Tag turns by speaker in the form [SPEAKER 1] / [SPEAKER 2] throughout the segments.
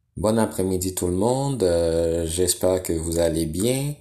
[SPEAKER 1] Bon après-midi tout le monde. J'espère que vous allez bien.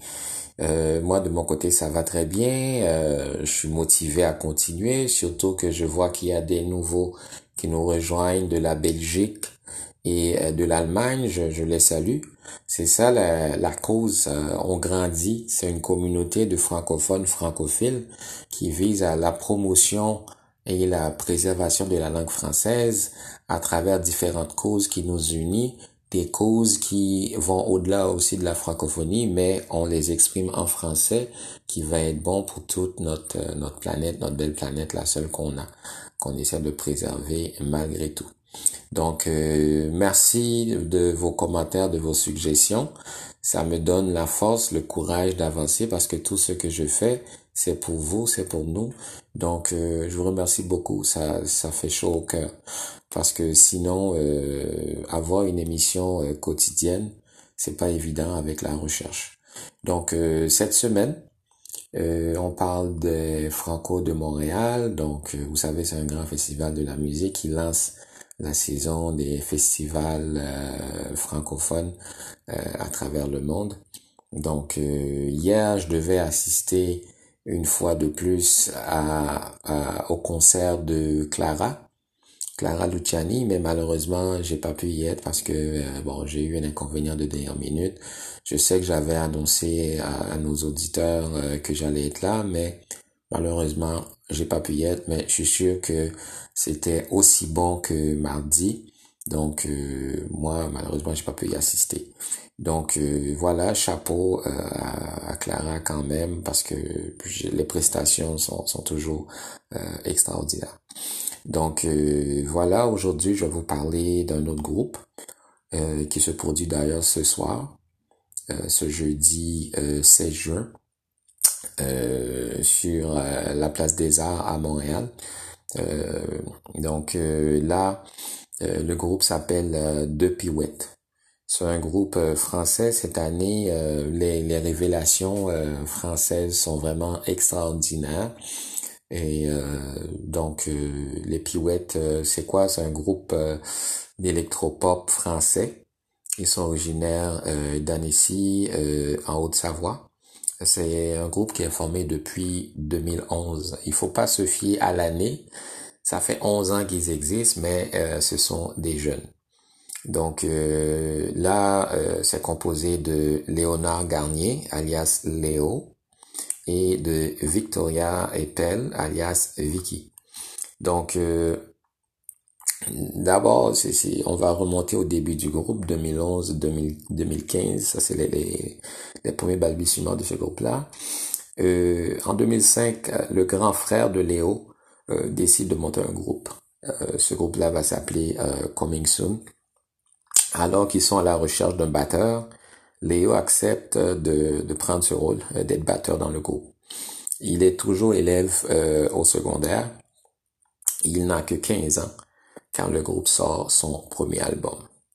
[SPEAKER 1] Moi de mon côté ça va très bien. Je suis motivé à continuer, surtout que je vois qu'il y a des nouveaux qui nous rejoignent de la Belgique et de l'Allemagne. Je les salue. C'est ça la cause. On grandit. C'est une communauté de francophones francophiles qui vise à la promotion et la préservation de la langue française à travers différentes causes qui nous unissent, des causes qui vont au-delà aussi de la francophonie, mais on les exprime en français, qui va être bon pour toute notre planète, notre belle planète, la seule qu'on a, qu'on essaie de préserver malgré tout. Donc, merci de vos commentaires, de vos suggestions. Ça me donne la force, le courage d'avancer parce que tout ce que je fais, c'est pour vous, c'est pour nous. Donc, je vous remercie beaucoup. Ça fait chaud au cœur parce que sinon, avoir une émission quotidienne, c'est pas évident avec la recherche. Donc, cette semaine, on parle des Franco de Montréal. Donc, vous savez, c'est un grand festival de la musique qui lance la saison des festivals francophones à travers le monde. Donc, hier, je devais assister une fois de plus au concert de Clara Luciani, mais malheureusement, j'ai pas pu y être parce que bon, j'ai eu un inconvénient de dernière minute. Je sais que j'avais annoncé à nos auditeurs que j'allais être là, mais malheureusement, j'ai pas pu y être, mais je suis sûr que c'était aussi bon que mardi. Donc moi, malheureusement, j'ai pas pu y assister. Donc voilà, chapeau à Clara quand même parce que les prestations sont toujours extraordinaires. Donc voilà, aujourd'hui je vais vous parler d'un autre groupe qui se produit d'ailleurs ce soir, ce jeudi 16 juin, sur la place des Arts à Montréal. Euh, là, le groupe s'appelle De Pirouette. C'est un groupe français cette année. Les révélations françaises sont vraiment extraordinaires. Et les Pirouettes, c'est quoi? C'est un groupe d'électropop français. Ils sont originaires d'Annecy, en Haute-Savoie. C'est un groupe qui est formé depuis 2011. Il faut pas se fier à l'année. Ça fait 11 ans qu'ils existent, mais ce sont des jeunes. Donc c'est composé de Léonard Garnier, alias Léo, et de Victoria Eppel, alias Vicky. Donc, d'abord, on va remonter au début du groupe, 2011, 2015, ça c'est les premiers balbutiements de ce groupe-là. En 2005, le grand frère de Léo décide de monter un groupe. Ce groupe-là va s'appeler Coming Soon. Alors qu'ils sont à la recherche d'un batteur, Léo accepte de prendre ce rôle, d'être batteur dans le groupe. Il est toujours élève au secondaire. Il n'a que 15 ans quand le groupe sort son premier album.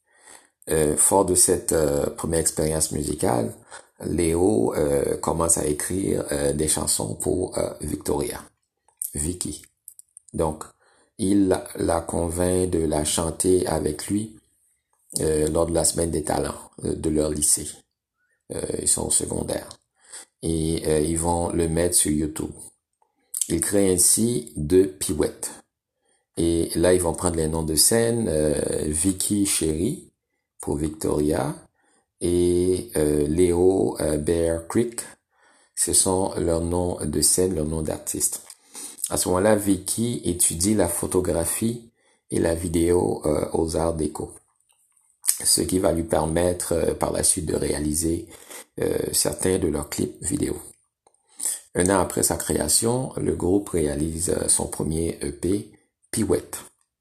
[SPEAKER 1] Fort de cette première expérience musicale, Léo commence à écrire des chansons pour Victoria, Vicky. Donc, il la convainc de la chanter avec lui lors de la semaine des talents de leur lycée. Ils sont au secondaire. Et ils vont le mettre sur YouTube. Ils créent ainsi deux pirouettes. Et là, ils vont prendre les noms de scène, Vicky Chérie pour Victoria et Léo Bear Creek. Ce sont leurs noms de scène, leurs noms d'artistes. À ce moment-là, Vicky étudie la photographie et la vidéo aux Arts Déco, ce qui va lui permettre par la suite de réaliser certains de leurs clips vidéo. Un an après sa création, le groupe réalise son premier EP, Pirouette.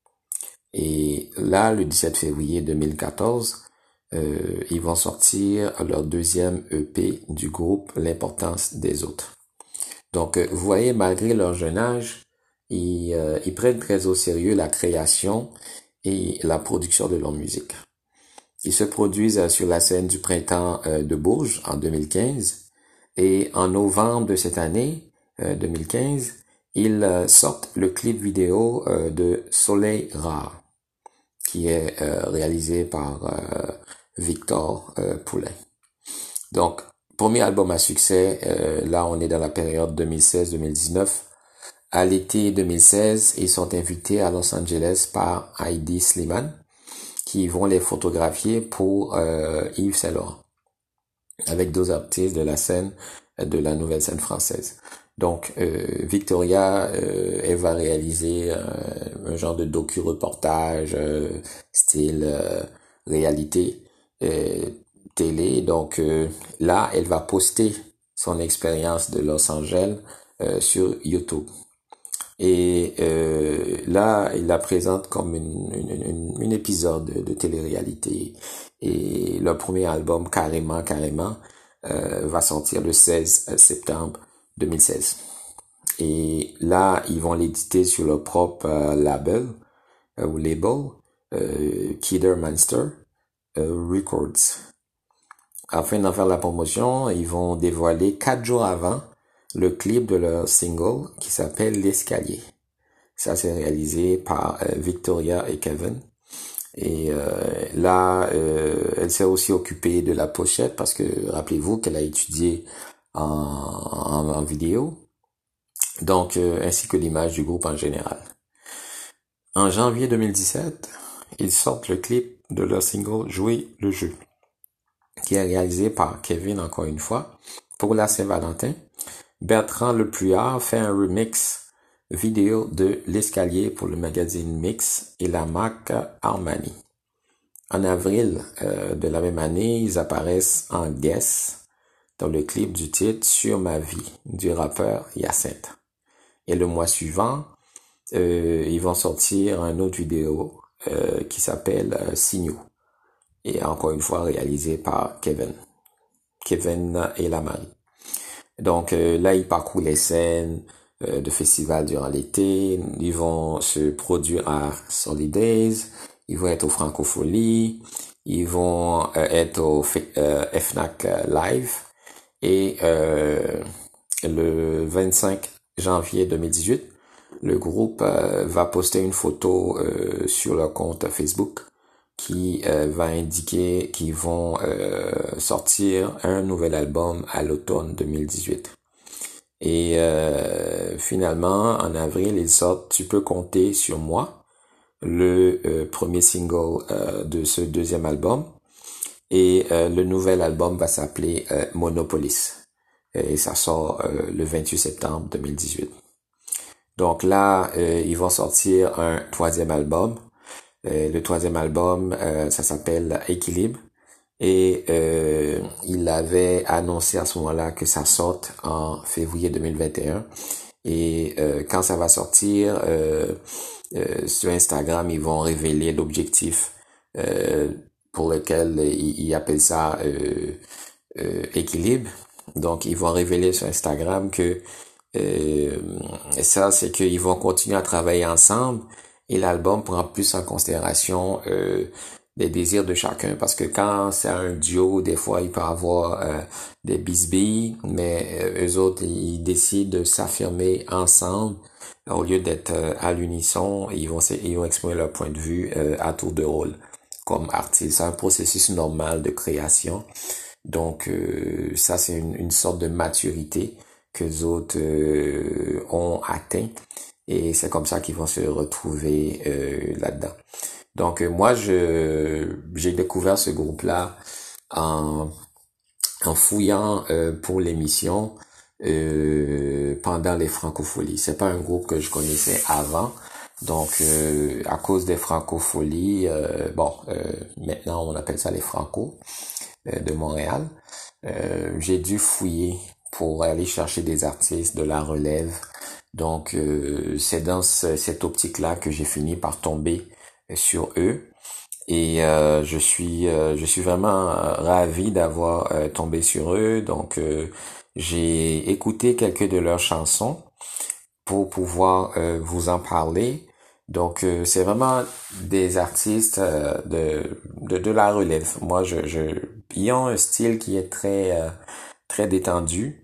[SPEAKER 1] Et là, le 17 février 2014, ils vont sortir leur deuxième EP du groupe, L'importance des autres. Donc, vous voyez, malgré leur jeune âge, ils prennent très au sérieux la création et la production de leur musique. Ils se produisent sur la scène du printemps de Bourges en 2015 et en novembre de cette année, 2015, ils sortent le clip vidéo de Soleil Rare, qui est réalisé par Victor Poulain. Donc, premier album à succès, là on est dans la période 2016-2019. À l'été 2016, ils sont invités à Los Angeles par Heidi Slimane, qui vont les photographier pour Yves Saint Laurent, avec d'autres artistes de la scène, de la nouvelle scène française. Donc, Victoria, elle va réaliser un genre de docu-reportage, style réalité télé. Donc, là, elle va poster son expérience de Los Angeles sur YouTube. Et là, il la présente comme une épisode de télé-réalité. Et le premier album, Carrément, va sortir le 16 septembre 2016. Et là, ils vont l'éditer sur leur propre label, Kidderminster Records. Afin d'en faire la promotion, ils vont dévoiler 4 jours avant le clip de leur single qui s'appelle L'Escalier. Ça, c'est réalisé par Victoria et Kevin. Et là, elle s'est aussi occupée de la pochette parce que rappelez-vous qu'elle a étudié en vidéo. Donc, ainsi que l'image du groupe en général. En janvier 2017, ils sortent le clip de leur single Jouer le jeu, qui est réalisé par Kevin encore une fois pour la Saint-Valentin. Bertrand Lepluard fait un remix vidéo de L'Escalier pour le magazine Mix et la marque Armani. En avril de la même année, ils apparaissent en guest dans le clip du titre Sur ma vie du rappeur Hyacinthe. Et le mois suivant, ils vont sortir un autre vidéo qui s'appelle Signaux. Et encore une fois réalisé par Kevin et la Marie. Donc là, ils parcourent les scènes de festivals durant l'été. Ils vont se produire à Solidays. Ils vont être au Francofolie. Ils vont être au FNAC Live. Et le 25 janvier 2018, le groupe va poster une photo sur leur compte Facebook qui va indiquer qu'ils vont sortir un nouvel album à l'automne 2018. Et finalement, en avril, ils sortent Tu peux compter sur moi, le premier single de ce deuxième album. Et le nouvel album va s'appeler Monopolis. Et ça sort le 28 septembre 2018. Donc là, ils vont sortir un troisième album. Le troisième album, ça s'appelle Équilibre. Et il avait annoncé à ce moment-là que ça sorte en février 2021. Et quand ça va sortir, sur Instagram, ils vont révéler l'objectif pour lequel ils appellent ça Équilibre. Donc, ils vont révéler sur Instagram que ça, c'est qu'ils vont continuer à travailler ensemble et l'album prend plus en considération les désirs de chacun parce que quand c'est un duo, des fois, il peut y avoir des bisbilles, mais eux autres, ils décident de s'affirmer ensemble au lieu d'être à l'unisson. Ils vont exprimer leur point de vue à tour de rôle comme artiste. C'est un processus normal de création. Donc, ça, c'est une sorte de maturité que les autres ont atteint. Et c'est comme ça qu'ils vont se retrouver là-dedans. Donc, moi, j'ai découvert ce groupe-là en fouillant pour l'émission pendant les Francopholies. C'est pas un groupe que je connaissais avant. Donc, à cause des Francopholies, maintenant on appelle ça les Franco de Montréal. J'ai dû fouiller pour aller chercher des artistes de la relève. Donc, c'est dans cette optique-là que j'ai fini par tomber sur eux. Et je suis vraiment ravi d'avoir tombé sur eux. Donc, j'ai écouté quelques de leurs chansons pour pouvoir vous en parler. Donc, c'est vraiment des artistes de la relève. Moi, ils ont un style qui est très détendu.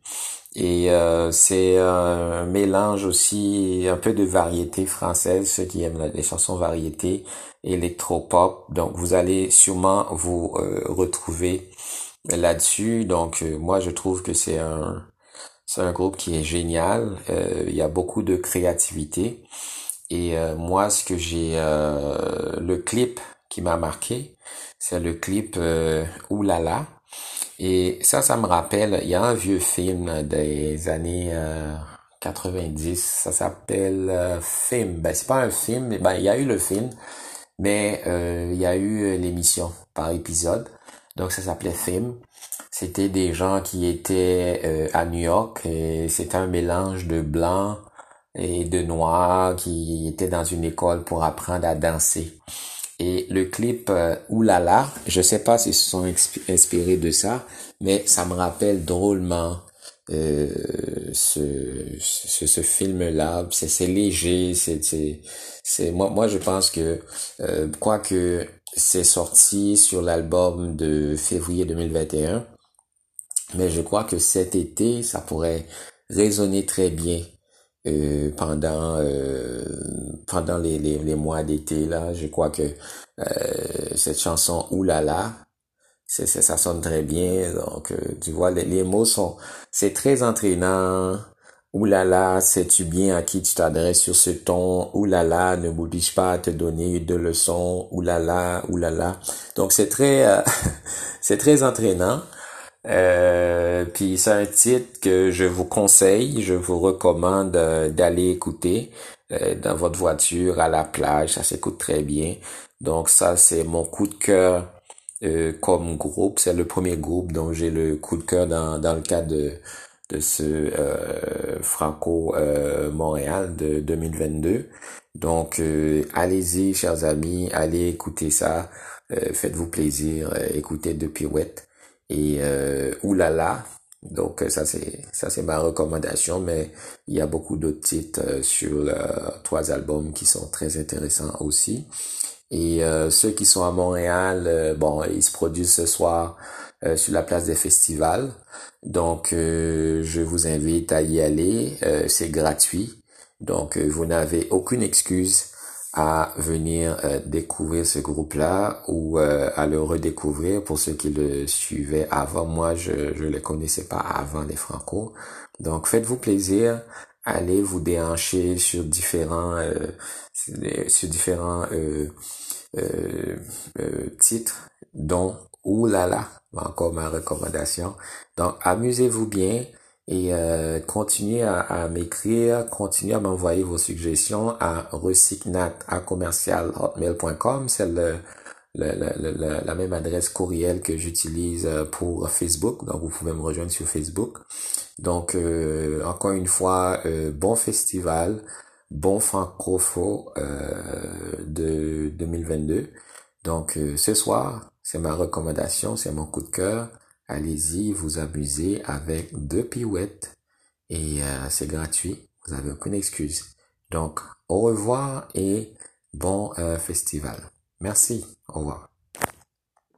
[SPEAKER 1] Et c'est un mélange aussi, un peu de variété française, ceux qui aiment les chansons variété, électropop. Donc vous allez sûrement vous retrouver là-dessus. Donc moi je trouve que c'est un groupe qui est génial. Il y a beaucoup de créativité. Et moi ce que j'ai le clip qui m'a marqué, c'est le clip Ouh là là. Et ça me rappelle, il y a un vieux film des années 90, ça s'appelle Film. Ben, c'est pas un film, mais ben, il y a eu le film, mais il y a eu l'émission par épisode. Donc ça s'appelait Film. C'était des gens qui étaient à New York et c'était un mélange de blancs et de noirs qui étaient dans une école pour apprendre à danser. Et le clip Oulala, je sais pas s'ils se sont inspirés de ça, mais ça me rappelle drôlement euh, ce film-là. C'est léger, moi je pense que quoique c'est sorti sur l'album de février 2021, mais je crois que cet été ça pourrait résonner très bien pendant les mois d'été là. Je crois que cette chanson Oulala, ça sonne très bien. Donc tu vois les mots sont c'est très entraînant. Oulala, sais-tu bien à qui tu t'adresses sur ce ton? Oulala, ne m'oblige pas à te donner de leçons. Oulala, oulala. Donc c'est très c'est très entraînant. Puis c'est un titre que je vous conseille, je vous recommande d'aller écouter dans votre voiture, à la plage, ça s'écoute très bien. Donc ça, c'est mon coup de cœur comme groupe. C'est le premier groupe dont j'ai le coup de cœur dans le cadre de ce Franco Montréal de 2022. Donc allez-y, chers amis, allez écouter ça. Faites-vous plaisir, écoutez De Pirouette et Oulala. Donc ça c'est ma recommandation, mais il y a beaucoup d'autres titres sur trois albums qui sont très intéressants aussi. Et ceux qui sont à Montréal, bon, ils se produisent ce soir sur la place des festivals. Donc je vous invite à y aller, c'est gratuit. Donc vous n'avez aucune excuse à venir découvrir ce groupe-là ou à le redécouvrir pour ceux qui le suivaient avant. Moi, je les connaissais pas avant les Franco. Donc, faites-vous plaisir, allez vous déhancher sur différents titres, dont Ouh là là, encore ma recommandation. Donc, amusez-vous bien et continuez à m'écrire, continuez à m'envoyer vos suggestions à recycnat@commercial@hotmail.com. C'est la même adresse courriel que j'utilise pour Facebook. Donc, vous pouvez me rejoindre sur Facebook. Donc, encore une fois, bon festival, bon Francofo de 2022. Donc, ce soir, c'est ma recommandation, c'est mon coup de cœur. Allez-y, vous amusez avec deux pirouettes et c'est gratuit. Vous n'avez aucune excuse. Donc, au revoir et bon festival. Merci. Au revoir.